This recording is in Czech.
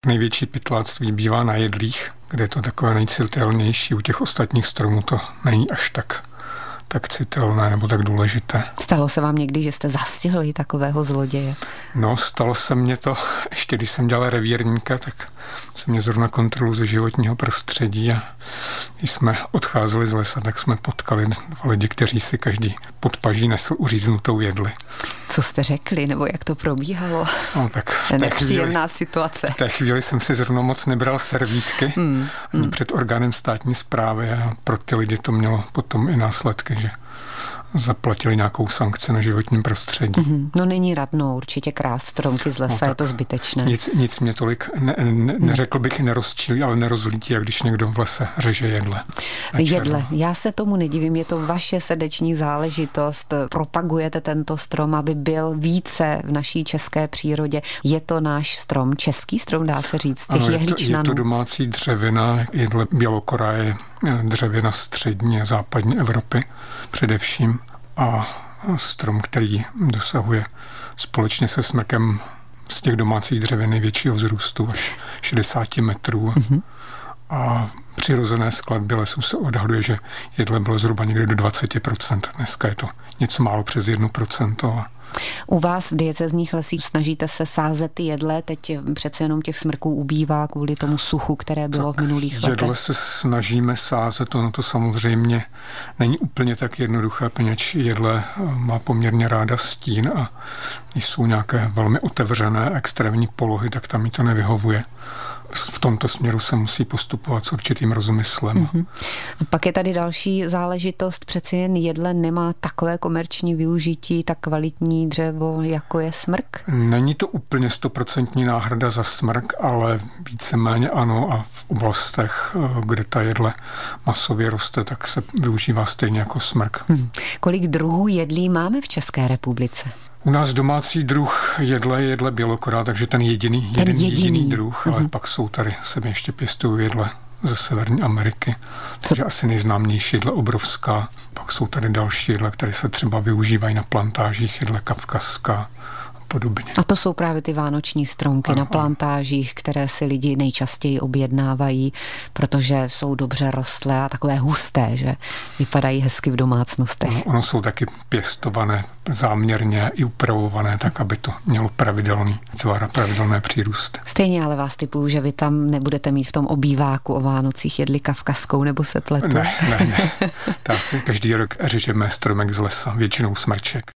největší pytláctví bývá na jedlích, kde je to takové nejcitelnější. U těch ostatních stromů to není až tak citelné nebo tak důležité. Stalo se vám někdy, že jste zastihli takového zloděje? No, stalo se mně to, ještě když jsem dělal revírníka, tak jsem mě zrovna kontrolu ze životního prostředí a když jsme odcházeli z lesa, tak jsme potkali dva lidi, kteří si každý pod paží nesl uříznutou jedli. Co jste řekli, nebo jak to probíhalo? No, tak nepříjemná situace. V té chvíli jsem si zrovna moc nebral servítky ani před orgánem státní správy a pro ty lidi to mělo potom i následky, že zaplatili nějakou sankci na životním prostředí. No není radno určitě krást stromky z lesa, je to zbytečné. Nic mě tolik neřekl bych nerozčilí, ale nerozlítí, jak když někdo v lese řeže jedle. Jedle. Já se tomu nedivím, je to vaše srdeční záležitost. Propagujete tento strom, aby byl více v naší české přírodě. Je to náš strom, český strom, dá se říct, z těch jehličnanů. Je to domácí dřevina, jedle bělokora je dřevina střední a západní Evropy především a strom, který dosahuje společně se smrkem z těch domácích dřevin největšího vzrůstu až 60 metrů. A přirozené skladby lesů se odhaduje, že jedle bylo zhruba někde do 20%. Dneska je to něco málo přes 1%. U vás v diecézních lesích snažíte se sázet ty jedle, teď přece jenom těch smrků ubývá kvůli tomu suchu, které bylo v minulých letech. Jedle se snažíme sázet, ono to samozřejmě není úplně tak jednoduché, poněvadž jedle má poměrně ráda stín a když jsou nějaké velmi otevřené extrémní polohy, tak tam jí to nevyhovuje. V tomto směru se musí postupovat s určitým rozmyslem. Pak je tady další záležitost, přeci jen jedle nemá takové komerční využití, tak kvalitní dřevo, jako je smrk? Není to úplně 100% náhrada za smrk, ale víceméně ano a v oblastech, kde ta jedle masově roste, tak se využívá stejně jako smrk. Kolik druhů jedlí máme v České republice? U nás domácí druh jedle je jedle bělokora, takže ten jediný druh, ale pak jsou tady, se ještě pěstují jedle ze Severní Ameriky, takže asi nejznámější jedle obrovská. Pak jsou tady další jedle, které se třeba využívají na plantážích, jedle kavkazská a podobně. A to jsou právě ty vánoční stromky na plantážích, které si lidi nejčastěji objednávají, protože jsou dobře rostlé a takové husté, že vypadají hezky v domácnostech. Ono jsou taky pěstované záměrně i upravované tak, aby to mělo pravidelný tvar a pravidelné přírůsty. Stejně ale vás tipuju, že vy tam nebudete mít v tom obýváku o Vánocích jedli kavkazskou nebo se pletu. Ne. Ta si každý rok řežeme stromek z lesa, většinou smrček.